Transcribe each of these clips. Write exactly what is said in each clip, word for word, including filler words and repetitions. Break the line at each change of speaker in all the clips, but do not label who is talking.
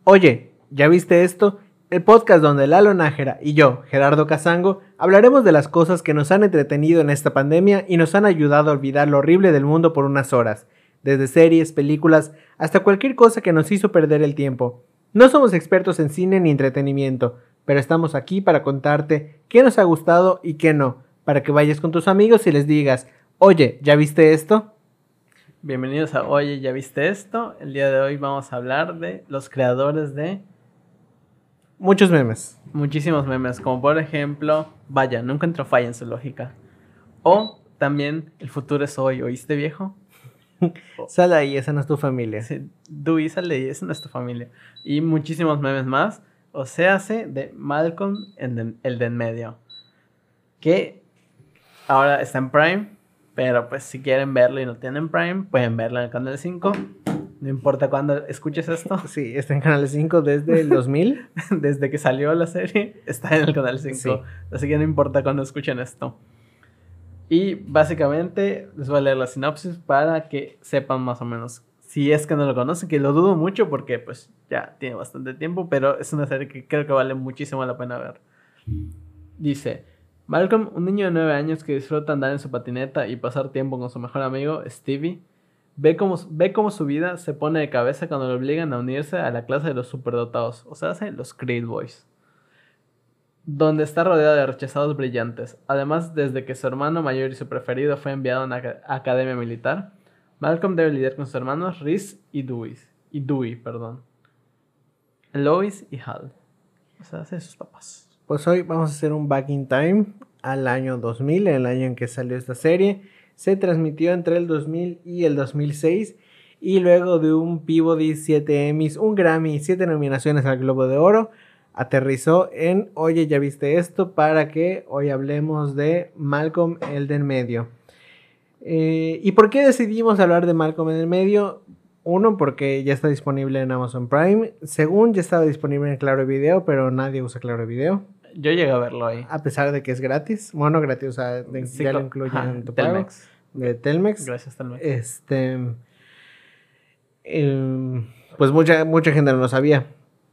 Oye, ¿ya viste esto? El podcast donde Lalo Nájera y yo, Gerardo Casango, hablaremos de las cosas que nos han entretenido en esta pandemia y nos han ayudado a olvidar lo horrible del mundo por unas horas, desde series, películas, hasta cualquier cosa que nos hizo perder el tiempo. No somos expertos en cine ni entretenimiento, pero estamos aquí para contarte qué nos ha gustado y qué no, para que vayas con tus amigos y les digas, oye, ¿ya viste esto?
Bienvenidos a Oye, ¿ya viste esto? El día de hoy vamos a hablar de los creadores de
Muchos memes.
muchísimos memes, como por ejemplo, vaya, no encuentro falla en su lógica. O también, el futuro es hoy, ¿oíste, viejo?
Sal ahí, esa no es tu familia.
Sí, Dewey, sale y esa no es tu familia. Y muchísimos memes más. O sea, hace de Malcolm, el de, el de en medio. Que ahora está en Prime. Pero pues si quieren verlo y no tienen Prime, pueden verlo en el Canal cinco. No importa cuándo escuches esto.
Sí, está en Canal cinco desde el dos mil.
Desde que salió la serie, está en el Canal cinco.
Sí.
Así que no importa cuándo escuchen esto. Y básicamente les voy a leer la sinopsis para que sepan más o menos. Si es que no lo conocen, que lo dudo mucho porque pues ya tiene bastante tiempo. Pero es una serie que creo que vale muchísimo la pena ver. Dice... Malcolm, un niño de nueve años que disfruta andar en su patineta y pasar tiempo con su mejor amigo, Stevie, ve cómo, ve cómo su vida se pone de cabeza cuando le obligan a unirse a la clase de los superdotados, o sea, los Creed Boys, donde está rodeado de rechazados brillantes. Además, desde que su hermano mayor y su preferido fue enviado a una academia militar, Malcolm debe lidiar con sus hermanos Reese y Dewey, y Dewey, perdón, Lois y Hal, o sea, sus papás.
Pues hoy vamos a hacer un back in time al año dos mil, el año en que salió esta serie. Se transmitió entre el dos mil y el dos mil seis y luego de un Peabody, siete Emmys, un Grammy y siete nominaciones al Globo de Oro, aterrizó en Oye, ¿ya viste esto? Para que hoy hablemos de Malcolm el del medio. Eh, ¿Y por qué decidimos hablar de Malcolm en el medio? Uno, porque ya está disponible en Amazon Prime. Según, ya estaba disponible en Claro Video, pero nadie usa Claro Video.
Yo llegué a verlo ahí.
A pesar de que es gratis. Bueno, gratis, o sea, de,
Sí,
ya lo
co-
incluyen
ajá,
en tu pago.
Telmex.
De Telmex.
Gracias, Telmex.
Este... eh, pues mucha, mucha gente no lo sabía.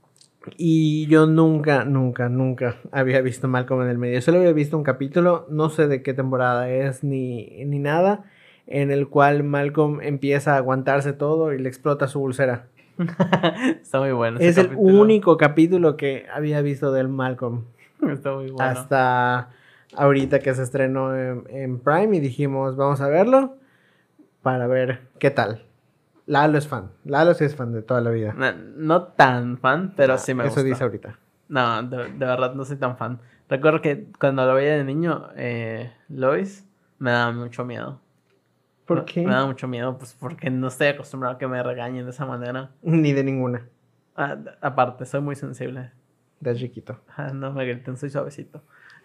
Y yo nunca, nunca, nunca había visto Malcolm en el medio. Solo había visto un capítulo, no sé de qué temporada es ni, ni nada, en el cual Malcolm empieza a aguantarse todo y le explota su ulcera.
Está muy bueno. ese
Es el
capítulo.
único capítulo que había visto del Malcolm.
Está muy bueno.
Hasta ahorita que se estrenó en, en Prime y dijimos, vamos a verlo para ver qué tal. Lalo es fan. Lalo sí es fan de toda la vida.
No, no tan fan, pero
Ah,
sí me
Eso
gusta.
dice ahorita.
No, de, de verdad no soy tan fan. Recuerdo que cuando lo veía de niño, eh, Lois, me daba mucho miedo.
¿Por
Me-
qué?
Me daba mucho miedo, pues porque no estoy acostumbrado a que me regañen de esa manera.
Ni de ninguna.
Ah, d- aparte, soy muy sensible.
De chiquito.
Ah, no me griten, soy suavecito.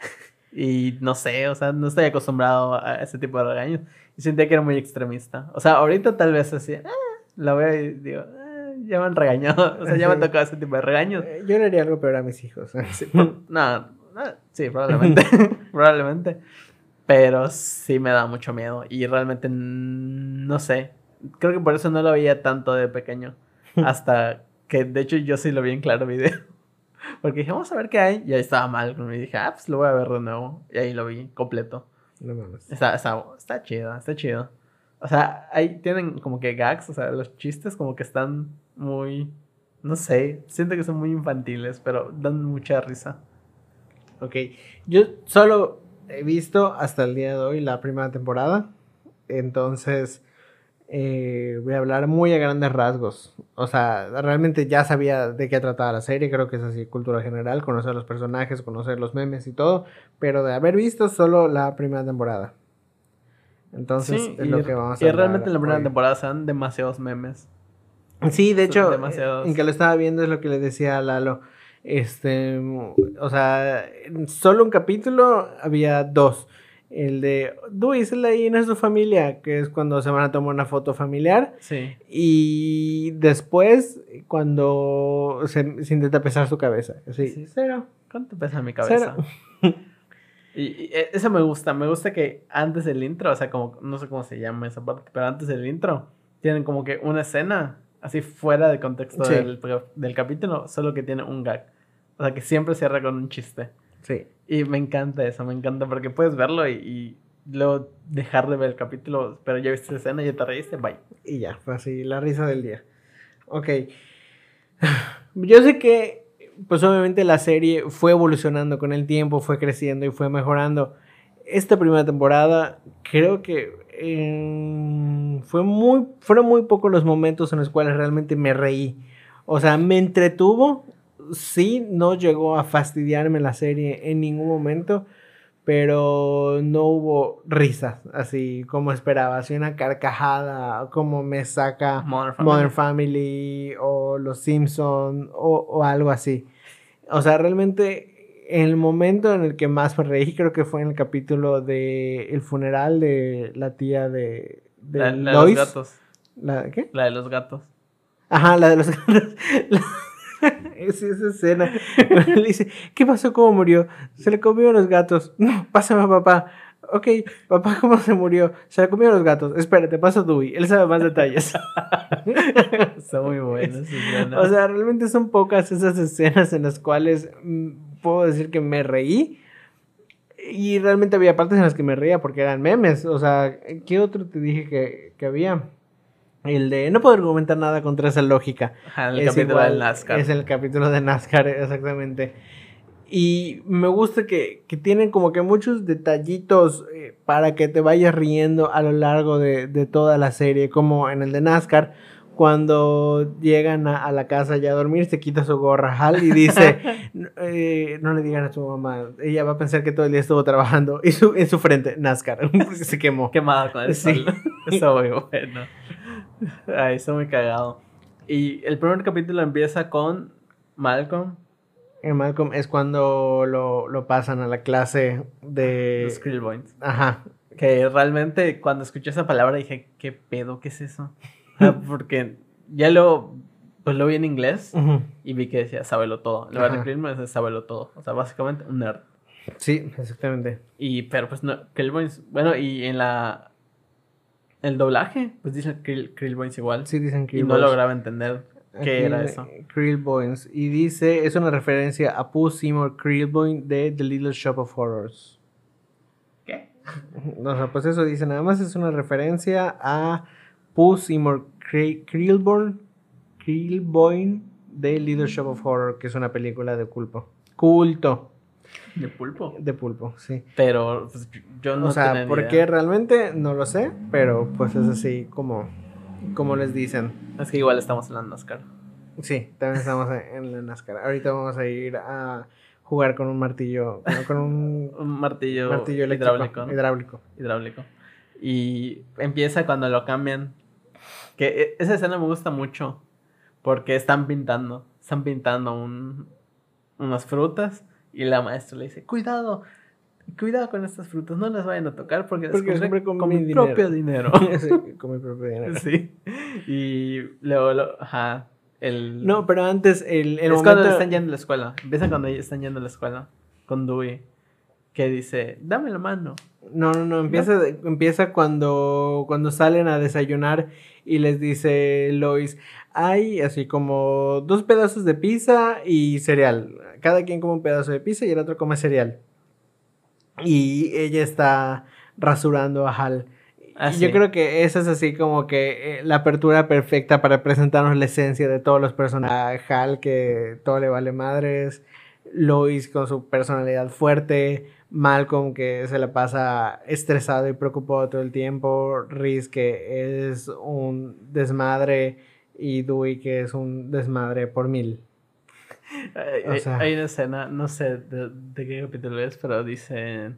Y no sé, o sea, no estoy acostumbrado a ese tipo de regaños. Y sentía que era muy extremista. O sea, ahorita tal vez así, ah, la veo y digo, ah, ya me han regañado. O sea, ya me han
Sí.
tocado ese tipo de regaños.
Eh, Yo le haría algo peor a mis hijos.
Sí, pro- no, no, sí, probablemente. Probablemente. Pero sí me da mucho miedo. Y realmente mm, no sé. Creo que por eso no lo veía tanto de pequeño. Hasta que, de hecho, yo sí lo vi en Claro Video. Porque dije, vamos a ver qué hay. Y ahí estaba mal. Y dije, ah, pues lo voy a ver de nuevo. Y ahí lo vi completo.
No mames.
Está, está, está chido, está chido. O sea, ahí tienen como que gags. O sea, los chistes como que están muy... No sé. Siento que son muy infantiles, pero dan mucha risa.
Ok. Yo solo he visto hasta el día de hoy la primera temporada. Entonces, eh, voy a hablar muy a grandes rasgos. O sea, realmente ya sabía de qué trataba la serie. Creo que es así, cultura general. Conocer los personajes, conocer los memes y todo. Pero de haber visto solo la primera temporada. Entonces,
Sí,
es
y,
lo que vamos a
y
hablar
realmente en la primera
hoy.
temporada se dan demasiados memes.
Sí, de
Son
hecho,
demasiados.
eh, en que lo estaba viendo es lo que le decía a Lalo. Este, o sea, en solo un capítulo había dos. El de Dewey se ahí no es su familia, que es cuando se van a tomar una foto familiar.
Sí.
Y después, cuando se, se intenta pesar su cabeza. Así,
Sí.
cero.
¿Cuánto pesa mi cabeza?
Cero.
Y, y e- eso me gusta. Me gusta que antes del intro, o sea, como no sé cómo se llama esa parte, pero antes del intro, tienen como que una escena así fuera de contexto
Sí.
del, del capítulo, solo que tiene un gag. O sea, que siempre cierra con un chiste.
Sí.
Y me encanta eso, me encanta porque puedes verlo y, y luego dejar de ver el capítulo, pero ya viste esa escena, ya te reíste, bye.
Y ya, fue así, la risa del día. Ok. Yo sé que, pues obviamente la serie fue evolucionando con el tiempo, fue creciendo y fue mejorando. Esta primera temporada, creo que eh, fue muy, fueron muy pocos los momentos en los cuales realmente me reí. O sea, me entretuvo, sí, no llegó a fastidiarme la serie en ningún momento, pero no hubo risas, así como esperaba, así una carcajada, como me saca
Modern Family.
Modern Family o Los Simpson o, o algo así. O sea, realmente el momento en el que más me reí creo que fue en el capítulo de el funeral de la tía de, de
La, la de los
Lois.
gatos.
¿La qué?
La de los gatos.
Ajá, la de los gatos. Es esa escena. Le dice, ¿qué pasó? ¿Cómo murió? Se le comieron los gatos. No, pásame a papá. Ok, papá, ¿cómo se murió? Se le comieron los gatos. Espérate, paso a Dewey. Él sabe más detalles.
Está muy bueno esa escena.
O sea, realmente son pocas esas escenas en las cuales mm, puedo decir que me reí. Y realmente había partes en las que me reía porque eran memes. O sea, ¿qué otro te dije que, que había? El de no puedo argumentar nada contra esa lógica.
Ajá, el
Es
capítulo
igual,
del NASCAR.
Es el capítulo de NASCAR, exactamente. Y me gusta que, que tienen como que muchos detallitos eh, para que te vayas riendo a lo largo de, de toda la serie. Como en el de NASCAR, cuando llegan a, a la casa ya a dormir, se quita su gorra Hal y dice, eh, no le digan a su mamá, ella va a pensar que todo el día estuvo trabajando. Y su, en su frente, NASCAR, porque se quemó.
Quemado con el
Sí.
sol. Está muy bueno. Ay, está muy cagado. Y el primer capítulo empieza con Malcolm,
En Malcolm es cuando lo, lo pasan a la clase de...
los Krillboins.
Ajá.
Que realmente cuando escuché esa palabra dije, ¿qué pedo? ¿Qué es eso? Ah, porque ya lo, pues lo vi en inglés
Ujú.
y vi que decía sábelo todo. En lugar de
Ajá.
Krillboins es sábelo todo. O sea, básicamente un nerd.
Sí, exactamente.
Y, pero pues no, Krillboins, bueno, y en la, el doblaje, pues dice Krill, Krillboins igual.
Sí, dicen
Y
Krill
no
Boys.
lograba entender
Aquí
qué era
en-
eso.
Krill Boys. Y dice, es una referencia a Pooh Seymour Krillboy de The Little Shop of Horrors.
¿Qué?
O sea, pues eso dice, nada más es una referencia a Pooh Seymour Kri- Krillborn, Krillboy de Little Shop of Horror, que es una película de culpo. Culto.
De pulpo.
De pulpo, sí.
Pero pues, yo no
O sea,
tenía ni
¿por
idea.
qué realmente? No lo sé, pero pues es así como, como les dicen.
Es que igual estamos en la NASCAR.
Sí, también estamos en la NASCAR. Ahorita vamos a ir a jugar con un martillo, no, con un
Un martillo,
martillo eléctrico,
hidráulico, ¿no?
hidráulico.
Hidráulico. Y empieza cuando lo cambian. Que e- esa escena me gusta mucho. Porque están pintando. Están pintando un, unas frutas. Y la maestra le dice, cuidado. Cuidado con estas frutas. No las vayan a tocar porque,
Porque
las
las
compré
compré con
con
mi
mi
dinero".
propio dinero.
Sí, con mi propio dinero.
Sí. Y luego, lo, ajá. El,
No, pero antes el, el
es
momento...
cuando están yendo a la escuela. Empieza cuando ellos están yendo a la escuela. Con Dewey. Que dice, dame la mano.
No, no, no, empieza, empieza cuando, cuando salen a desayunar y les dice Lois, hay así como dos pedazos de pizza y cereal. Cada quien come un pedazo de pizza y el otro come cereal. Y ella está rasurando a Hal.
Ah,
Y yo
sí.
creo que esa es así como que eh, la apertura perfecta para presentarnos la esencia de todos los personajes. Hal, que todo le vale madres. Lois con su personalidad fuerte. Malcolm, que se la pasa estresado y preocupado todo el tiempo. Reese, que es un desmadre. Y Dewey, que es un desmadre por mil.
Hay,
O
hay-
sea.
hay una escena, no sé de, de qué capítulo es, pero dice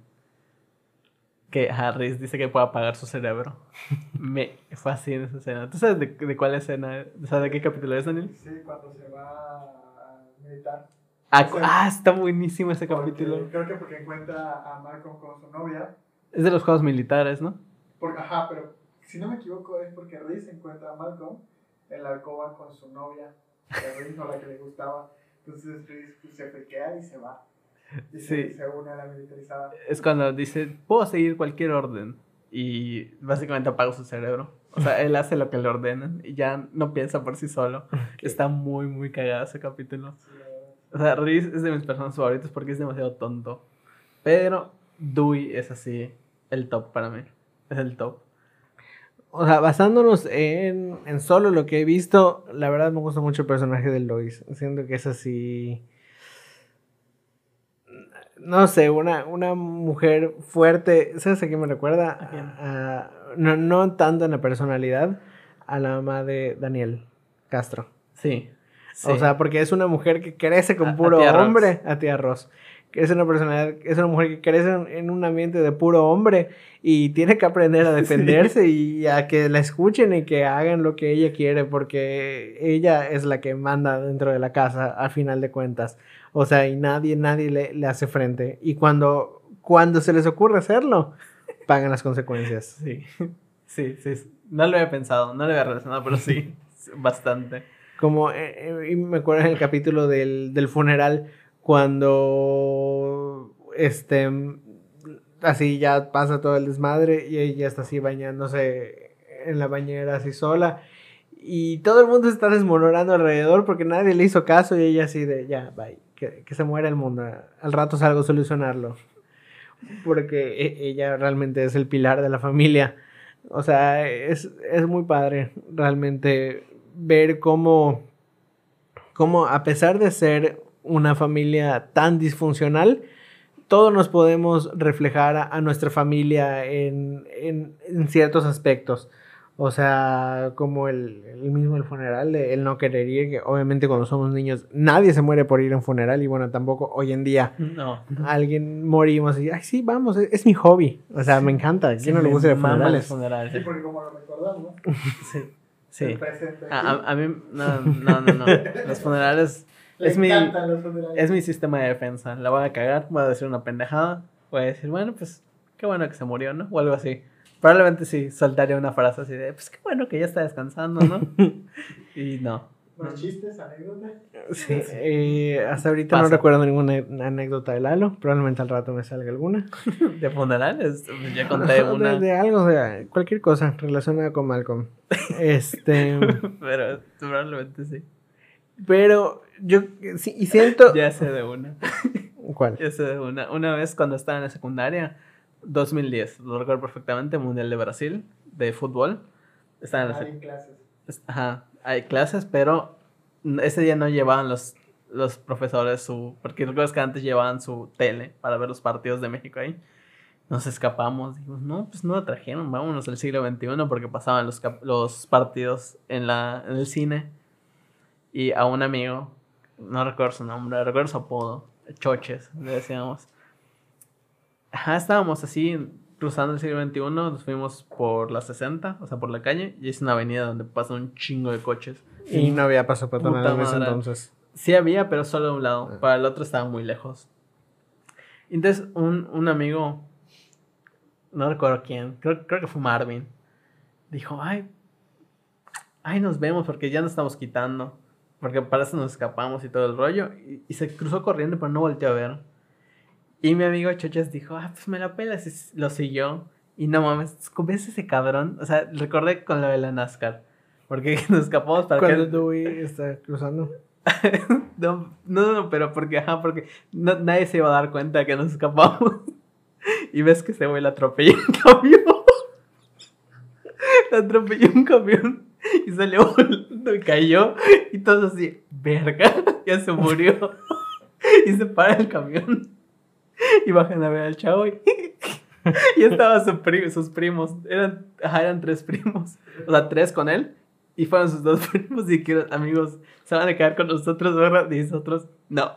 que Harris dice que puede apagar su cerebro. Me fue así en esa escena. ¿Tú sabes de, de cuál escena? O sea, ¿de qué capítulo es, Daniel?
Sí, cuando se va a meditar.
Ah,
Sí.
ah, está buenísimo ese
Porque-
capítulo.
Creo que porque encuentra a Malcolm con su novia.
Es de los juegos militares, ¿no?
Porque, ajá, pero si no me equivoco es porque Reese encuentra a Malcolm en la alcoba con su novia. Que Reese no la que le gustaba. Entonces Reese pues, se friquea y se va. Y se,
Sí.
se une a la militarizada.
Es cuando dice, puedo seguir cualquier orden. Y básicamente apaga su cerebro. O sea, él hace lo que le ordenan y ya no piensa por sí solo. Okay. Está muy, muy cagado ese capítulo. O sea, Reese es de mis personajes favoritos porque es demasiado tonto. Pero Dewey es así, el top para mí. Es el top.
O sea, basándonos en, en solo lo que he visto, la verdad me gusta mucho el personaje de Lois. Siento que es así... No sé, una, una mujer fuerte. ¿Sabes a qué me recuerda? ¿A a, no, no tanto en la personalidad, a la mamá de Daniel Castro.
Sí. sí.
O sea, porque es una mujer que crece con a, puro a hombre. A tía Ross. Que es una personalidad, es una mujer que crece en, en un ambiente de puro hombre y tiene que aprender a defenderse sí. y a que la escuchen y que hagan lo que ella quiere, porque ella es la que manda dentro de la casa al final de cuentas. O sea, y nadie, nadie le, le hace frente. Y cuando, cuando se les ocurre hacerlo, pagan las consecuencias.
Sí, sí, sí. No lo había pensado, no lo había relacionado, pero sí, bastante.
Como, eh, y me acuerdo en el capítulo del, del funeral, cuando, este, así ya pasa todo el desmadre y ella está así bañándose en la bañera así sola. Y todo el mundo se está desmoronando alrededor porque nadie le hizo caso y ella así de, ya, bye. Que, que se muera el mundo, al rato salgo a solucionarlo, porque ella realmente es el pilar de la familia. O sea, es, es muy padre realmente ver cómo, cómo a pesar de ser una familia tan disfuncional, todos nos podemos reflejar a, a nuestra familia en, en, en ciertos aspectos. O sea, como el, el mismo el funeral, el no querer ir, que obviamente cuando somos niños nadie se muere por ir a un funeral y bueno, tampoco hoy en día
no.
alguien morimos y, ay sí, vamos, es, es mi hobby. O sea, me encanta, ¿a quién sí, no le gusta ir a funerales?
funerales?
Sí, porque como lo recordamos.
Sí, sí.
A,
a, a mí, no, no, no, no. Los funerales, es mi, los funerales es mi sistema de defensa. La voy a cagar, voy a decir una pendejada, voy a decir, bueno, pues, qué bueno que se murió, ¿no? O algo así. Probablemente sí, soltaría una frase así de, pues qué bueno que ya está descansando, ¿no? Y no.
¿Los chistes, anécdotas?
Sí, eh, hasta ahorita Pasa. no recuerdo ninguna anécdota de Lalo. Probablemente al rato me salga alguna.
¿De funerales? Ya conté una.
De, de algo, de cualquier cosa relacionada con Malcolm. Este...
Pero probablemente sí.
Pero yo sí, y siento...
Ya sé de una.
¿Cuál?
Ya sé de una. Una vez cuando estaba en la secundaria... dos mil diez, lo recuerdo perfectamente, Mundial de Brasil, de fútbol. Estaban
ah, hay clases.
Ajá, hay clases, pero ese día no llevaban los, los profesores su... Porque recuerdas que antes llevaban su tele para ver los partidos de México ahí. Nos escapamos, dijimos, no, pues no lo trajeron, vámonos al siglo veintiuno porque pasaban los, los partidos en, la, en el cine. Y a un amigo, no recuerdo su nombre, recuerdo su apodo, Choches, le decíamos. Ajá, estábamos así cruzando el siglo veintiuno, nos fuimos por la sesenta, o sea, por la calle, y es una avenida donde pasa un chingo de coches.
Y no había paso peatonal en ese entonces.
Sí había, pero solo de un lado, ah. para el otro estaba muy lejos. Entonces, un, un amigo, no recuerdo quién, creo, creo que fue Marvin, dijo, ay, ay, nos vemos porque ya nos estamos quitando, porque para eso nos escapamos y todo el rollo, y, y se cruzó corriendo, pero no volteó a ver. Y mi amigo Choches dijo, ah, pues me la pelas, y lo siguió. Y no mames, ¿ves ese cabrón? O sea, recordé con lo de la NASCAR. Porque nos escapamos para
Cuando
que...
Dewey está cruzando.
no, no, no, pero porque, ajá, porque no, nadie se iba a dar cuenta que nos escapamos. Y ves que ese güey le atropelló un camión. Le atropelló un camión. Y salió volando y cayó. Y todos así, verga, ya se murió. Y se para el camión. Y bajan a ver al chavo y, y estaban su pri- sus primos. Eran, ajá, eran tres primos. O sea, tres con él. Y fueron sus dos primos y que amigos, ¿se van a quedar con nosotros, verdad? Y nosotros, no.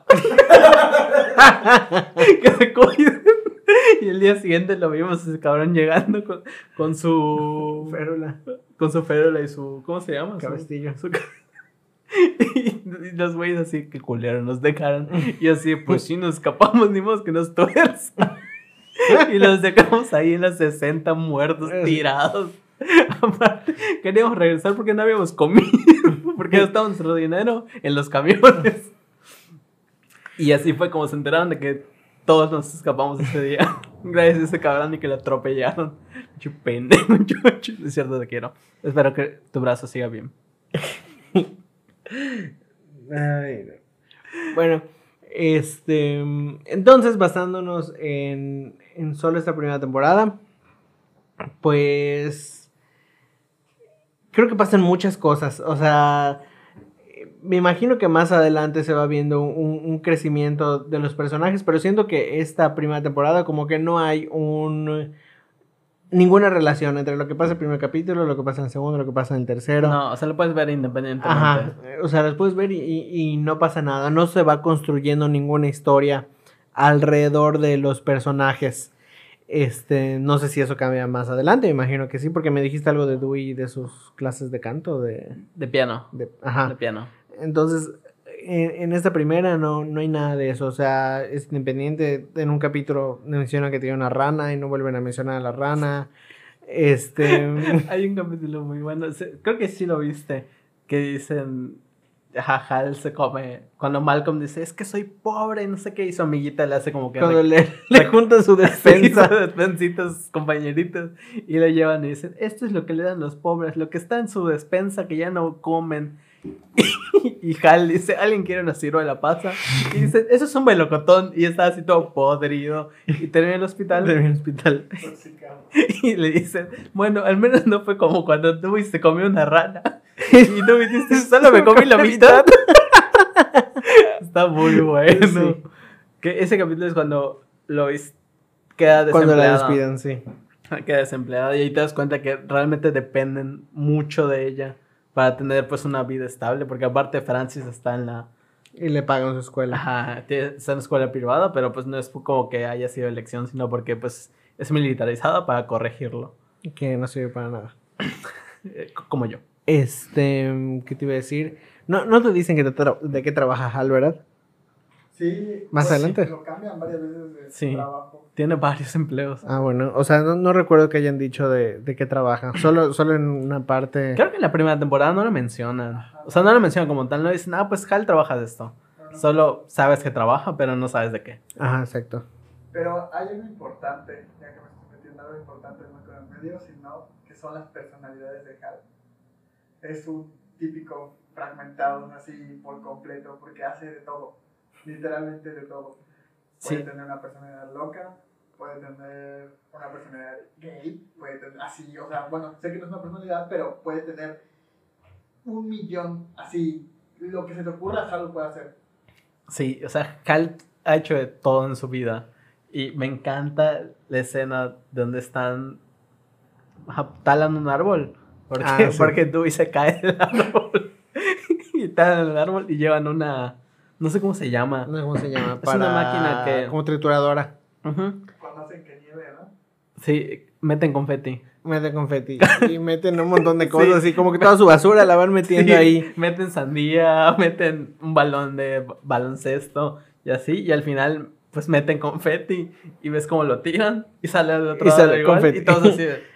Que se cuiden. Y el día siguiente lo vimos ese cabrón llegando con, con su...
Férula.
Con su férula y su... ¿Cómo se llama?
Cabestillo.
Su, su, y los güeyes así, que culero, nos dejaron. Y así, pues sí, nos escapamos, ni modo que nos tuerza. Y los dejamos ahí en las sesenta muertos, tirados. Aparte, queríamos regresar porque no habíamos comido. Porque no estaba nuestro dinero en los camiones. Y así fue como se enteraron de que todos nos escapamos ese día. Gracias a ese cabrón y que lo atropellaron. Chupende, mucho, mucho. Es cierto, te quiero. Espero que tu brazo siga bien.
Ay, no. Bueno, este. Entonces, basándonos en, en solo esta primera temporada, pues. Creo que pasan muchas cosas. O sea. Me imagino que más adelante se va viendo un, un crecimiento de los personajes, pero siento que esta primera temporada como que no hay un ninguna relación entre lo que pasa en el primer capítulo, lo que pasa en el segundo, lo que pasa en el tercero.
No, o sea, lo puedes ver independientemente.
Ajá, o sea, los puedes ver y, y, y no pasa nada, no se va construyendo ninguna historia alrededor de los personajes. Este, no sé si eso cambia más adelante, me imagino que sí, porque me dijiste algo de Dewey y de sus clases de canto, de...
De piano.
de, ajá.
De piano.
Entonces, en, en esta primera no, no hay nada de eso. O sea, es independiente. En un capítulo mencionan que tiene una rana y no vuelven a mencionar a la rana. Este.
Hay un capítulo muy bueno. Creo que sí lo viste. Que dicen. Ajá, Hal se come. Cuando Malcolm dice, es que soy pobre, no sé qué. Y su amiguita le hace como que.
Cuando le, le juntan su despensa.
Su despensitas, sus compañeritos. Y le llevan y dicen, esto es lo que le dan los pobres. Lo que está en su despensa que ya no comen. Y Hal dice, ¿alguien quiere una ciruela pasa? Y dice, eso es un melocotón. Y está así todo podrido. Y termina en el hospital.
Termina en el hospital.
Y le dicen, bueno, al menos no fue como cuando Dewey se comió una rana. Y Dewey dice, solo me comí la mitad. Está muy bueno. Sí. Que ese capítulo es cuando Lois queda desempleada.
Cuando la despidan, sí.
Queda desempleada. Y ahí te das cuenta que realmente dependen mucho de ella para tener pues una vida estable, porque aparte Francis está en la...
Y le pagan su escuela.
Ajá, está en la escuela privada, pero pues no es como que haya sido elección, sino porque pues es militarizada para corregirlo.
Que no sirve para nada.
Como yo.
Este, ¿qué te iba a decir? No, no te dicen que te tra- de qué trabaja Hal, ¿verdad?
Sí.
Más
pues,
adelante.
Lo cambian varias veces de
Sí.
trabajo.
Tiene varios empleos.
Ah, bueno, o sea, no, no recuerdo que hayan dicho de, de qué trabaja. Solo, solo en una parte.
Creo que en la primera temporada no lo mencionan. O sea, no lo mencionan como tal. No dicen, ah, pues Hal trabaja de esto.
No, no.
Solo sabes que trabaja, pero no sabes de qué.
Ajá, exacto.
Pero hay algo importante, ya que me estoy metiendo algo importante no con el medio, sino que son las personalidades de Hal. Es un típico fragmentado así por completo, porque hace de todo, literalmente de todo. Puede
Sí.
tener una personalidad loca, puede tener una personalidad gay, puede tener así, o sea, bueno, sé que no es una personalidad, pero puede tener un millón, así, lo que se te ocurra, Hal lo puede hacer.
Sí, o sea, Hal ha hecho de todo en su vida. Y me encanta la escena donde están ajá, talan un árbol. Porque,
Ah, sí.
porque Dewey se cae del árbol. Y talan el árbol y llevan una... No sé cómo se llama.
No sé cómo se llama.
Es una máquina que-
Como trituradora.
Ujú.
Cuando hacen que nieve, ¿no?
Sí, meten confeti.
Meten confeti. Y meten un montón de cosas.
Sí.
Así como que toda su basura la van metiendo
Sí,
ahí.
Meten sandía, meten un balón de b- baloncesto y así. Y al final, pues meten confeti y ves cómo lo tiran y sale del otro
Y
lado
sale
igual.
confeti.
Y todos así de...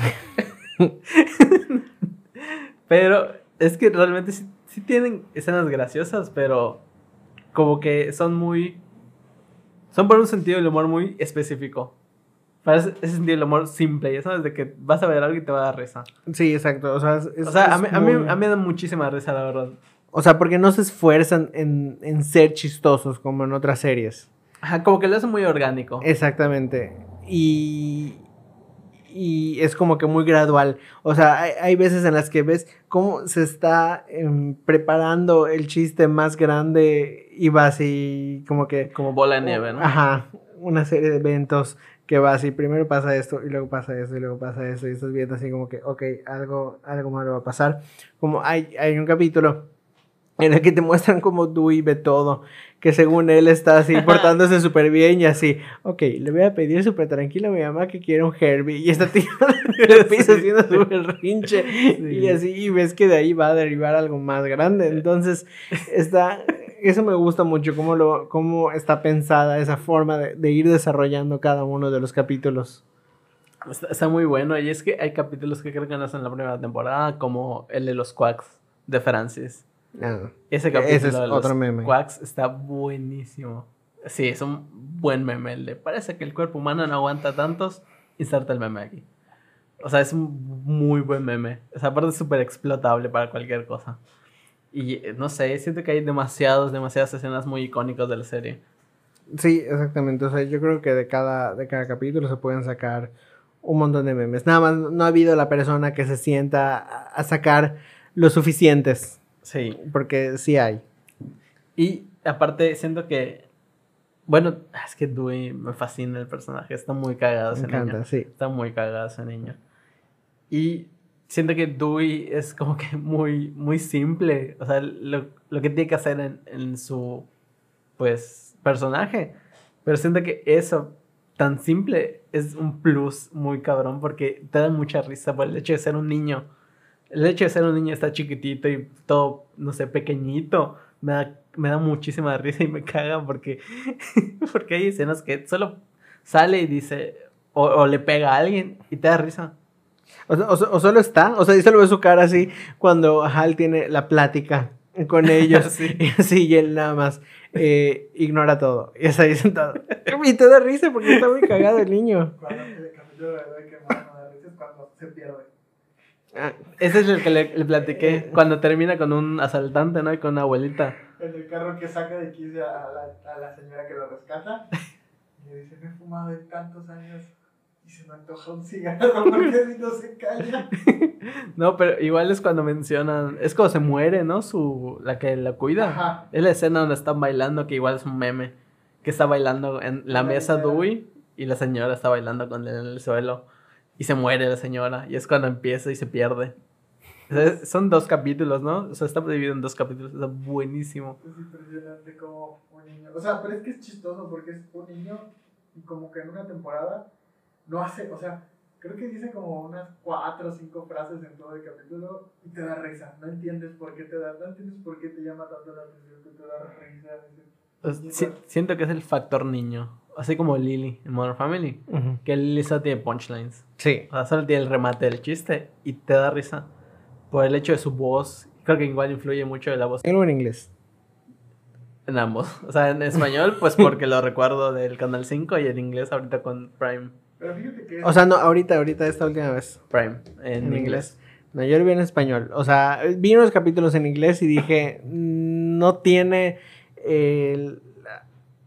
Pero es que realmente sí, sí tienen escenas graciosas, pero como que son muy... Son por un sentido del humor muy específico. Para ese, ese sentido del humor simple, ya sabes, de que vas a ver algo y te va a dar risa.
Sí, exacto. O sea, es- es-
o sea, a
es
mí, a, mí,
muy-
a mí me da muchísima risa, la verdad.
O sea, porque no se esfuerzan en, en ser chistosos como en otras series.
Ajá, como que lo hace muy orgánico.
Exactamente. Y, y es como que muy gradual. O sea, hay, hay veces en las que ves cómo se está em, preparando el chiste más grande y va así como que...
Como bola de nieve, ¿no?
Ajá, una serie de eventos que va así, primero pasa esto y luego pasa esto y luego pasa esto y estás viendo así como que, ok, algo, algo malo va a pasar. Como hay, hay un capítulo en el que te muestran cómo Dewey ve todo, que según él está así portándose súper bien y así, ok, le voy a pedir súper tranquilo a mi mamá que quiera un Herbie y está tirando en el piso
Sí.
haciendo súper rinche y así, y ves que de ahí va a derivar algo más grande, entonces está, eso me gusta mucho, cómo, lo, cómo está pensada esa forma de, de ir desarrollando cada uno de los capítulos.
Está, está muy bueno. Y es que hay capítulos que creo que no son en la primera temporada, como el de los Quacks de Francis.
Ah,
Ese capítulo
ese es
de los
otro meme.
Quacks está buenísimo. Sí, es un buen meme. El de parece que el cuerpo humano no aguanta tantos. Inserta el meme aquí. O sea, es un muy buen meme. O sea, aparte es súper explotable para cualquier cosa. Y eh, no sé, siento que hay demasiados, demasiadas escenas muy icónicas de la serie.
Sí, exactamente. O sea, yo creo que de cada, de cada capítulo se pueden sacar un montón de memes. Nada más no ha habido la persona que se sienta a, a sacar los suficientes.
Sí.
Porque sí hay.
Y aparte, siento que. Bueno, es que Dewey me fascina el personaje. Está muy cagado ese
Me encanta,
niño.
sí.
Está muy cagado ese niño. Y siento que Dewey es como que muy, muy simple. O sea, lo, lo que tiene que hacer en, en su, pues, personaje. Pero siento que eso, tan simple, es un plus muy cabrón porque te da mucha risa por el hecho de ser un niño. El hecho de ser un niño está chiquitito y todo, no sé, pequeñito. Me da, me da muchísima risa y me caga porque, porque hay escenas que solo sale y dice, o, o le pega a alguien y te da risa.
O, o, o solo está, o sea, y solo ve su cara así cuando Hal tiene la plática con ellos.
Sí.
Y así, y él nada más eh, ignora todo. Y está ahí sentado. Y te da risa porque está muy cagado el niño.
Cuando el capítulo de verdad que más me da risa es cuando se pierde.
Ah,
Ese es el que le, le platiqué cuando termina con un asaltante, ¿no? Y con una abuelita.
En el carro que saca de quicio a la, a la señora que lo rescata. Y le dice, me he fumado de tantos años y se me antoja un cigarro porque si no se calla.
No, pero igual es cuando mencionan, es cuando se muere, ¿no? Su, la que la cuida.
Ajá.
Es la escena donde están bailando, que igual es un meme. Que está bailando en la
La
mesa
señora.
Dewey y la señora está bailando con él en el suelo. Y se muere la señora. Y es cuando empieza y se pierde. O sea, es- son dos capítulos, ¿no? O sea, está dividido en dos capítulos. Está buenísimo.
Es impresionante como un niño. O sea, pero es que es chistoso porque es un niño y como que en una temporada no hace, o sea, creo que dice como unas cuatro o cinco frases en todo el capítulo y te da risa. No entiendes por qué te da, no entiendes por qué te llama tanto la atención que te da risa.
O sea, si- siento que es el factor niño. Así como Lily en Modern Family.
ujú.
Que Lily solo tiene punchlines.
Sí.
O sea, solo tiene el remate del chiste y te da risa. Por el hecho de su voz. Creo que igual influye mucho de la voz
En en inglés.
en ambos. O sea, en español, pues porque lo recuerdo del Canal cinco y en inglés ahorita con Prime.
Pero fíjate que
O sea, no, ahorita, ahorita, esta última vez.
Prime, en,
En
inglés.
inglés. No, yo lo vi en español. O sea, vi unos capítulos en inglés y dije, "Mm, no tiene el- la-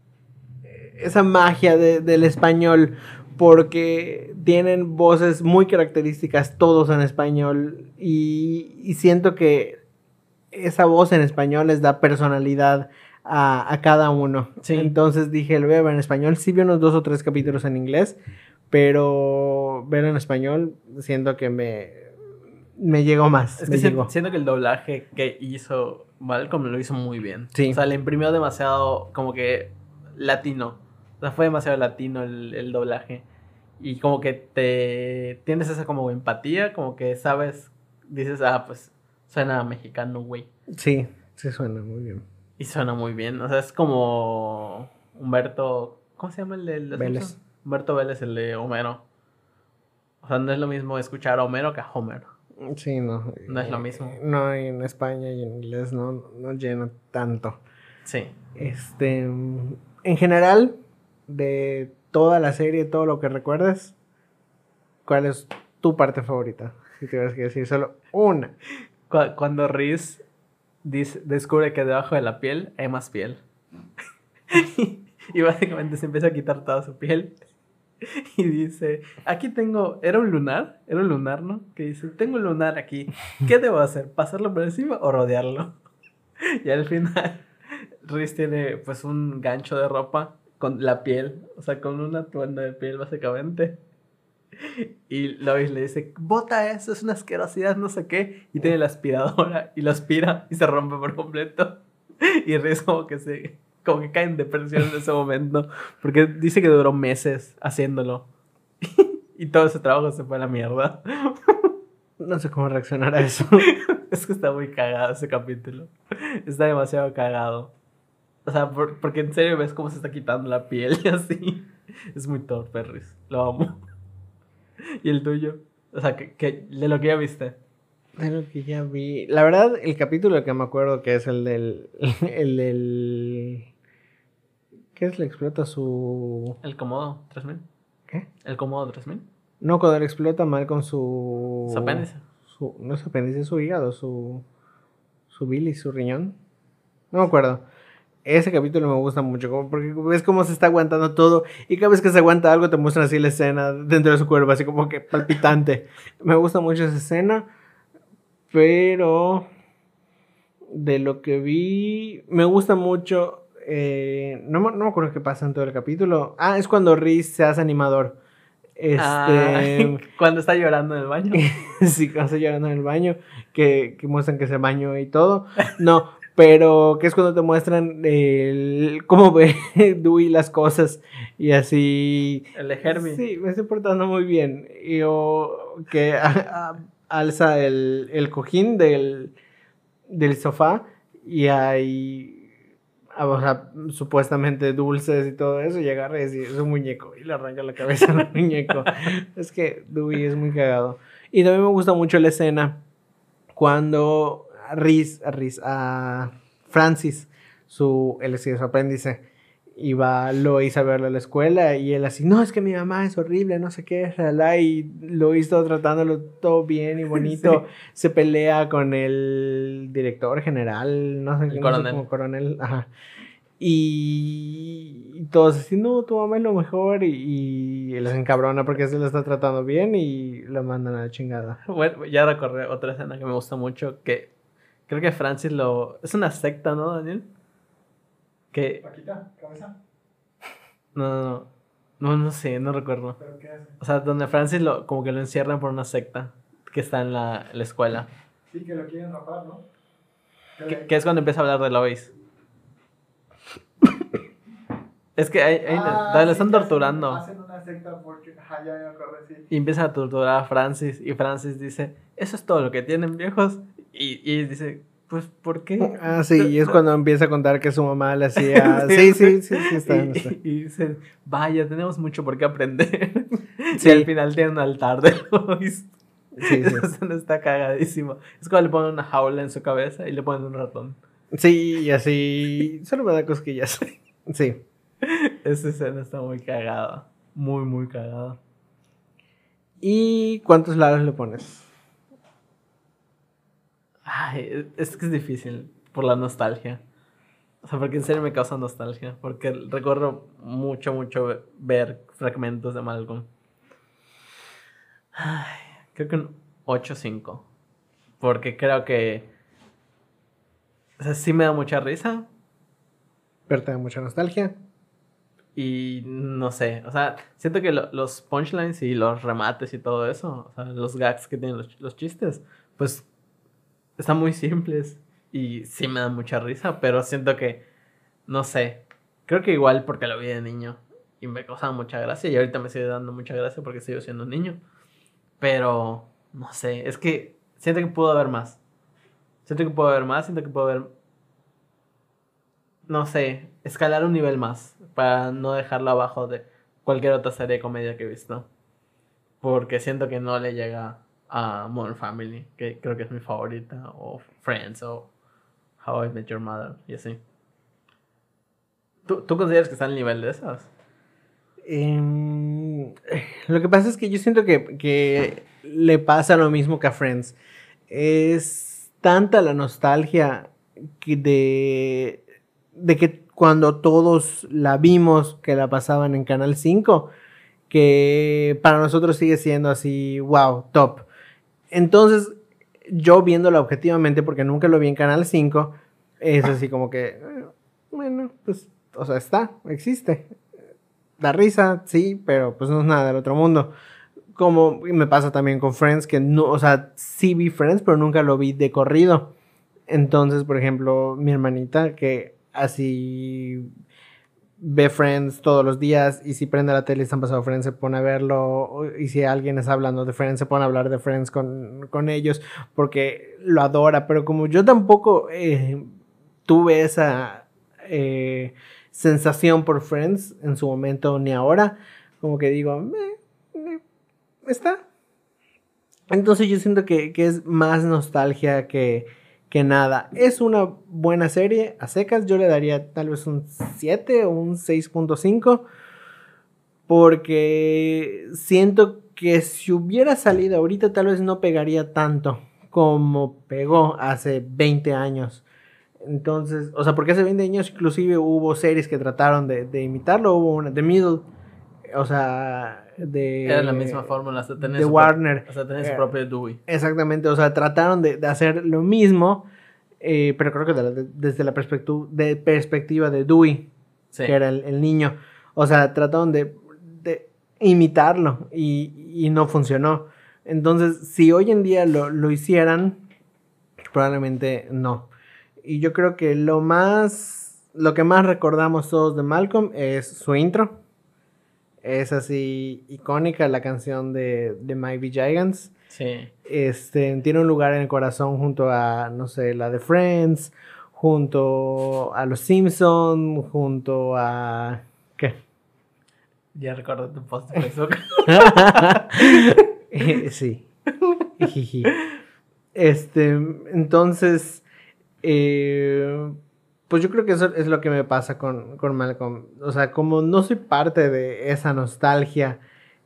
esa magia de- del español porque tienen voces muy características todos en español y, y siento que esa voz en español les da personalidad a, a cada uno.
Sí.
Entonces dije, lo voy a ver en español. Sí vi unos dos o tres capítulos en inglés, pero verlo en español siento que me, me llegó más.
Es
me
que si-
llegó.
siento que el doblaje que hizo Malcolm lo hizo muy bien.
Sí.
O sea, le imprimió demasiado como que latino. O sea, fue demasiado latino el, el doblaje. Y como que te tienes esa como empatía, como que sabes, dices, ah, pues suena mexicano, güey.
Sí, sí suena muy bien.
Y suena muy bien. O sea, es como Humberto, ¿cómo se llama el de los
Vélez.
Simpsons? Humberto Vélez, el de Homero. O sea, no es lo mismo escuchar a Homero que a Homer.
Sí, no.
No es lo mismo.
No, en España y en inglés no, no llena tanto.
Sí.
Este, en general, de toda la serie, todo lo que recuerdas, ¿cuál es tu parte favorita? Si tuvieras que decir solo una.
Cu- Cuando Reese dice- descubre que debajo de la piel hay más piel. Y básicamente se empieza a quitar toda su piel. Y dice, aquí tengo, ¿era un lunar? Era un lunar, ¿no? Que dice, tengo un lunar aquí. ¿Qué debo hacer? ¿Pasarlo por encima o rodearlo? Y al final, Reese tiene pues un gancho de ropa con la piel. O sea, con un atuendo de piel básicamente. Y Lois le dice, bota eso, es una asquerosidad, no sé qué. Y tiene la aspiradora y lo aspira y se rompe por completo. Y Reese como que se... como que cae en depresión en ese momento. Porque dice que duró meses haciéndolo. Y todo ese trabajo se fue a la mierda.
No sé cómo reaccionar a eso.
Es que está muy cagado ese capítulo. Está demasiado cagado. O sea, por- porque en serio ves cómo se está quitando la piel y así. Es muy torpe, Reese. Lo amo. ¿Y el tuyo? O sea, que, que de lo que ya viste.
De lo que ya vi. La verdad, el capítulo que me acuerdo que es el del. El del. ¿Qué es? Le explota su.
El Comodo tres mil.
¿Qué?
El Comodo tres mil.
No, cuando él explota mal con su...
Su apéndice.
Su, no es su apéndice, es su hígado, su... Su bilis, su riñón. No me acuerdo. Ese capítulo me gusta mucho, como porque ves cómo se está aguantando todo y cada vez que se aguanta algo te muestran así la escena dentro de su cuerpo, así como que palpitante. Me gusta mucho esa escena, pero de lo que vi, me gusta mucho, eh, no, me- no me acuerdo qué pasa en todo el capítulo. Ah, es cuando Reese se hace animador.
Ah,
Este,
cuando está llorando en el baño.
sí, cuando está llorando en el baño, que, que muestran que se bañó y todo. No, pero que es cuando te muestran el, cómo ve Dewey las cosas y así.
El de Herbie.
Sí, me estoy portando muy bien. Y o que a- a- alza el, el cojín del, del sofá y hay, ah, o sea, supuestamente dulces y todo eso, y agarra y dice, es un muñeco, y le arranca la cabeza al muñeco. Es que Dewey es muy cagado. Y también me gusta mucho la escena cuando a Reese, a Reese, a Francis, su, él sí, su apéndice, iba Lois a verlo a la escuela y él así, no, es que mi mamá es horrible, no sé qué, la y Lois todo tratándolo todo bien y bonito,
Sí.
se pelea con el director general, no sé,
El
no sé,
coronel.
como coronel, ajá. Y, y todos así, no, tu mamá es lo mejor. Y, y les encabrona porque se lo está tratando bien y lo mandan a la chingada.
Bueno, ya recordé otra escena que me gusta mucho, que creo que Francis lo... Es una secta, ¿no, Daniel? Que...
Paquita, cabeza.
No, no, no, no, no sé, no recuerdo.
¿Pero qué hace?
O sea, donde Francis lo, como que lo encierran por una secta que está en la, la escuela.
Sí, que lo quieren rapar, ¿no?
Que, que es cuando empieza a hablar de Lois. Es que ahí, ahí
Ah,
donde lo
sí,
están
que hacen-
torturando.
Hacen una secta porque. Ajá, ya me acordé, sí.
Y empieza a torturar a Francis. Y Francis dice, eso es todo lo que tienen, viejos. Y, y dice, pues, ¿por qué?
Ah, sí, y es cuando empieza a contar que su mamá le hacía. Sí, sí, sí, sí, está bien.
Y,
Está.
y dicen, vaya, tenemos mucho por qué aprender.
Sí.
Y al final tiene un altar de Lois.
Sí, sí.
Esa escena está cagadísimo. Es cuando le ponen una jaula en su cabeza y le ponen un ratón.
Sí, y así. Solo me da cosquillas. Sí.
Esa escena está muy cagada. Muy, muy cagada.
¿Y cuántos lados le pones?
Ay, es que es difícil por la nostalgia. O sea, porque en serio me causa nostalgia. Porque recuerdo mucho, mucho ver fragmentos de Malcolm. Ay, creo que un ocho cinco. Porque creo que... O sea, sí me da mucha risa.
Pero te da mucha nostalgia.
Y no sé, o sea, siento que lo- los punchlines y los remates y todo eso, o sea, los gags que tienen los, los chistes, pues están muy simples y sí me dan mucha risa, pero siento que, no sé, creo que igual porque lo vi de niño y me causaba mucha gracia y ahorita me sigue dando mucha gracia porque sigo siendo un niño, pero no sé, es que siento que puedo ver más, siento que puedo ver más, siento que puedo ver, no sé, escalar un nivel más para no dejarlo abajo de cualquier otra serie de comedia que he visto. Porque siento que no le llega a Modern Family, que creo que es mi favorita, o Friends, o How I Met Your Mother, y así. ¿Tú, ¿tú consideras que está al nivel de esas?
Em, lo que pasa es que yo siento que, que le pasa lo mismo que a Friends. Es tanta la nostalgia que de, de que cuando todos la vimos, que la pasaban en Canal cinco, que para nosotros sigue siendo así, wow, top. Entonces, yo viéndola objetivamente, porque nunca lo vi en Canal cinco, es así como que, eh, bueno, pues, o sea, está, existe. Da risa, sí, pero pues no es nada del otro mundo. Como me pasa también con Friends, que no, o sea, sí vi Friends, pero nunca lo vi de corrido. Entonces, por ejemplo, mi hermanita, que así ve Friends todos los días, y si prende la tele y están pasando Friends, se pone a verlo, y si alguien está hablando de Friends, se pone a hablar de Friends con, con ellos, porque lo adora, pero como yo tampoco eh, tuve esa eh, sensación por Friends en su momento ni ahora, como que digo, "Meh, meh, está". Entonces yo siento que, que es más nostalgia que, que nada. Es una buena serie, a secas yo le daría tal vez un siete o un seis punto cinco, porque siento que si hubiera salido ahorita tal vez no pegaría tanto como pegó hace veinte años. Entonces, o sea, porque hace veinte años inclusive hubo series que trataron de, de imitarlo, hubo una, The Middle, o sea, de...
Era la misma fórmula, hasta tener
de
su
Warner.
Pro, hasta tener su
Eh,
propio Dewey.
Exactamente, o sea, trataron de, de hacer lo mismo, eh, pero creo que de la, de, desde la perspectiva de, perspectiva de Dewey,
Sí.
que era el, el niño. O sea, trataron de, de imitarlo y, y no funcionó. Entonces, si hoy en día lo, lo hicieran, probablemente no. Y yo creo que lo más, lo que más recordamos todos de Malcolm es su intro. Es así icónica la canción de, de Might Be Giants.
Sí.
Este, tiene un lugar en el corazón junto a, no sé, la de Friends, junto a Los Simpson, junto a... ¿Qué?
Ya recuerdo tu post de Facebook.
Eh, sí. Jiji. Este, entonces, eh, pues yo creo que eso es lo que me pasa con, con Malcolm. O sea, como no soy parte de esa nostalgia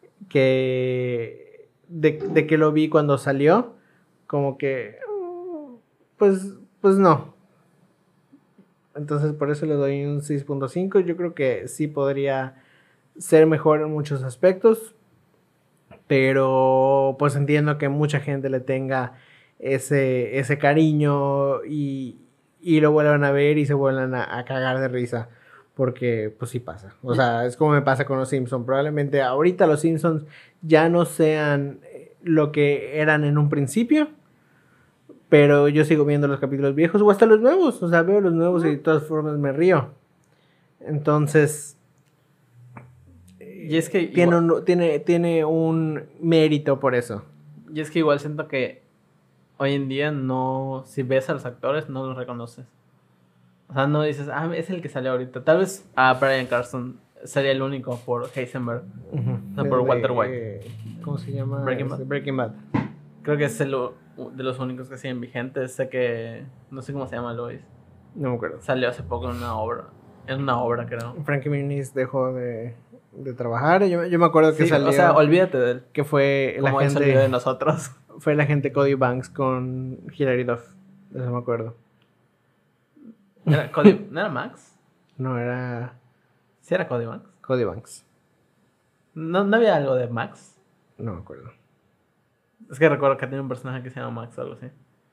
que de, de que lo vi cuando salió, como que, pues, pues no. Entonces por eso le doy un seis punto cinco. Yo creo que sí podría ser mejor en muchos aspectos, pero pues entiendo que mucha gente le tenga ese, ese cariño y, y lo vuelvan a ver y se vuelvan a, a cagar de risa, porque pues sí pasa. O sea, es como me pasa con los Simpsons. Probablemente ahorita los Simpsons ya no sean lo que eran en un principio, pero yo sigo viendo los capítulos viejos o hasta los nuevos. O sea, veo los nuevos y de todas formas me río. Entonces...
Y es que
tiene,
igual,
un, tiene, tiene un mérito por eso.
y es que igual siento que hoy en día no, si ves a los actores no los reconoces. O sea, no dices, ah, es el que salió ahorita. Tal vez a Bryan Cranston sería el único por Heisenberg.
Uh-huh.
O sea, por
de,
Walter
de,
White.
¿Cómo se llama?
Breaking Bad.
Este, Breaking Bad.
Creo que es el, de los únicos que siguen vigentes. Sé que, no sé cómo se llama Lois.
No me acuerdo.
Salió hace poco en una obra. En una obra, creo.
Frankie Muniz dejó de, de trabajar. Yo, yo me acuerdo que
Sí,
salió...
o sea, olvídate de él.
Que fue la
Como él salió de
gente...
nosotros.
Fue la gente Cody Banks con Hilary Duff. De eso me acuerdo.
¿Era Cody, ¿No era Max?
No, era
¿Sí era Cody Max?
Cody Banks.
¿No, ¿No había algo de Max?
No me acuerdo.
Es que recuerdo que tenía un personaje que se llama Max o algo así.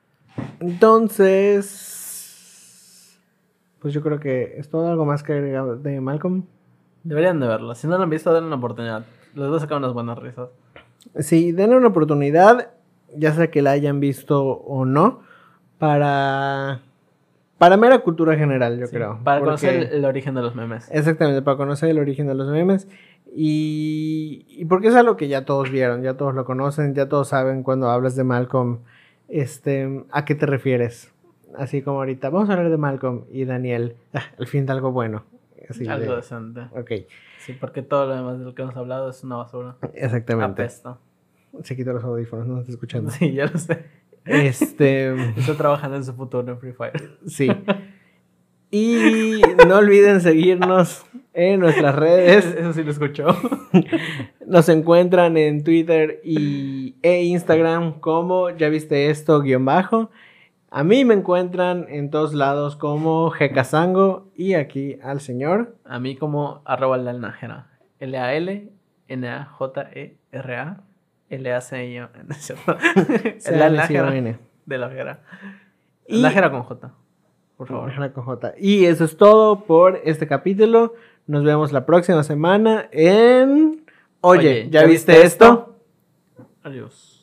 Entonces... Pues yo creo que es todo. Algo más que agregar de Malcolm.
Deberían de verlo. Si no lo han visto, denle una oportunidad. Les va a sacar unas buenas risas.
Sí, denle una oportunidad, ya sea que la hayan visto o no, para, para mera cultura general, yo
Sí,
creo.
Para
Porque-
conocer el, el origen de los memes.
Exactamente, para conocer el origen de los memes. Y, y porque es algo que ya todos vieron, ya todos lo conocen, ya todos saben cuando hablas de Malcolm, este, a qué te refieres. Así como ahorita, vamos a hablar de Malcolm y Daniel, ah, al fin de algo bueno. Así
Algo
de-
decente.
Ok,
Sí, porque todo lo demás de lo que hemos hablado es una basura.
exactamente.
Apesta.
Se quitó los audífonos, no está escuchando.
Sí, ya lo sé.
Este...
Está trabajando en su futuro en Free Fire.
Sí. Y no olviden seguirnos en nuestras redes.
Eso sí lo escuchó.
Nos encuentran en Twitter y, e Instagram como ya viste esto guión bajo. A mí me encuentran en todos lados como Jecazango y aquí al señor.
A mí como arroba la Nájera. L A L N A J E R A L A C I O N. La Nájera de la Nájera.
Y-
Nájera con J. Por favor.
Nájera con J. Y eso es todo por este capítulo. Nos vemos la próxima semana en... Oye, ¿ya, viste esto?
Adiós.